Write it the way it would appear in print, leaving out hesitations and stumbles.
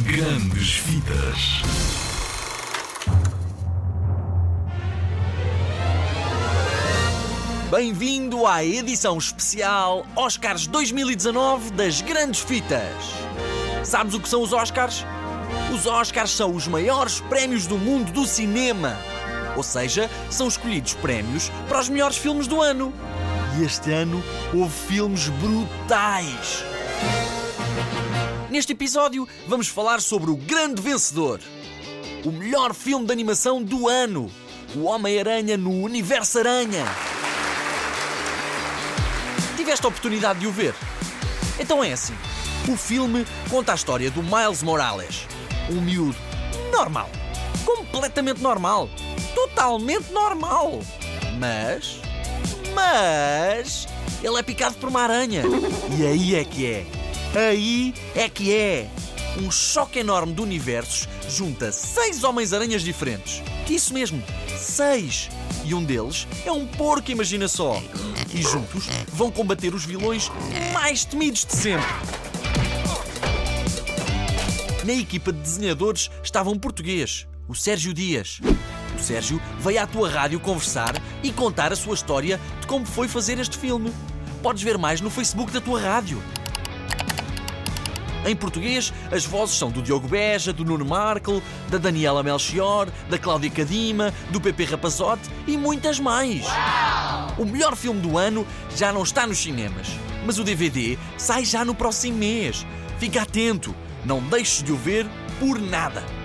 Grandes Vidas. Bem-vindo à edição especial Oscars 2019 das Grandes Fitas. Sabes o que são os Oscars? Os Oscars são os maiores prémios do mundo do cinema. Ou seja, são escolhidos prémios para os melhores filmes do ano. E este ano houve filmes brutais. Neste episódio vamos falar sobre o grande vencedor. O melhor filme de animação do ano. O Homem-Aranha no Universo Aranha. Tiveste a oportunidade de o ver? Então é assim. O filme conta a história do Miles Morales. Um miúdo normal. Completamente normal. Totalmente normal. Mas ele é picado por uma aranha. E aí é que é. Aí é que é. Um choque enorme de universos junta 6 Homens-Aranhas diferentes. Isso mesmo, 6. E um deles é um porco, imagina só. E juntos vão combater os vilões mais temidos de sempre. Na equipa de desenhadores estava um português, o Sérgio Dias. O Sérgio veio à tua rádio conversar e contar a sua história de como foi fazer este filme. Podes ver mais no Facebook da tua rádio. Em português, as vozes são do Diogo Beja, do Nuno Markle, da Daniela Melchior, da Cláudia Cadima, do Pepe Rapazote e muitas mais. Uau! O melhor filme do ano já não está nos cinemas, mas o DVD sai já no próximo mês. Fica atento, não deixes de o ver por nada.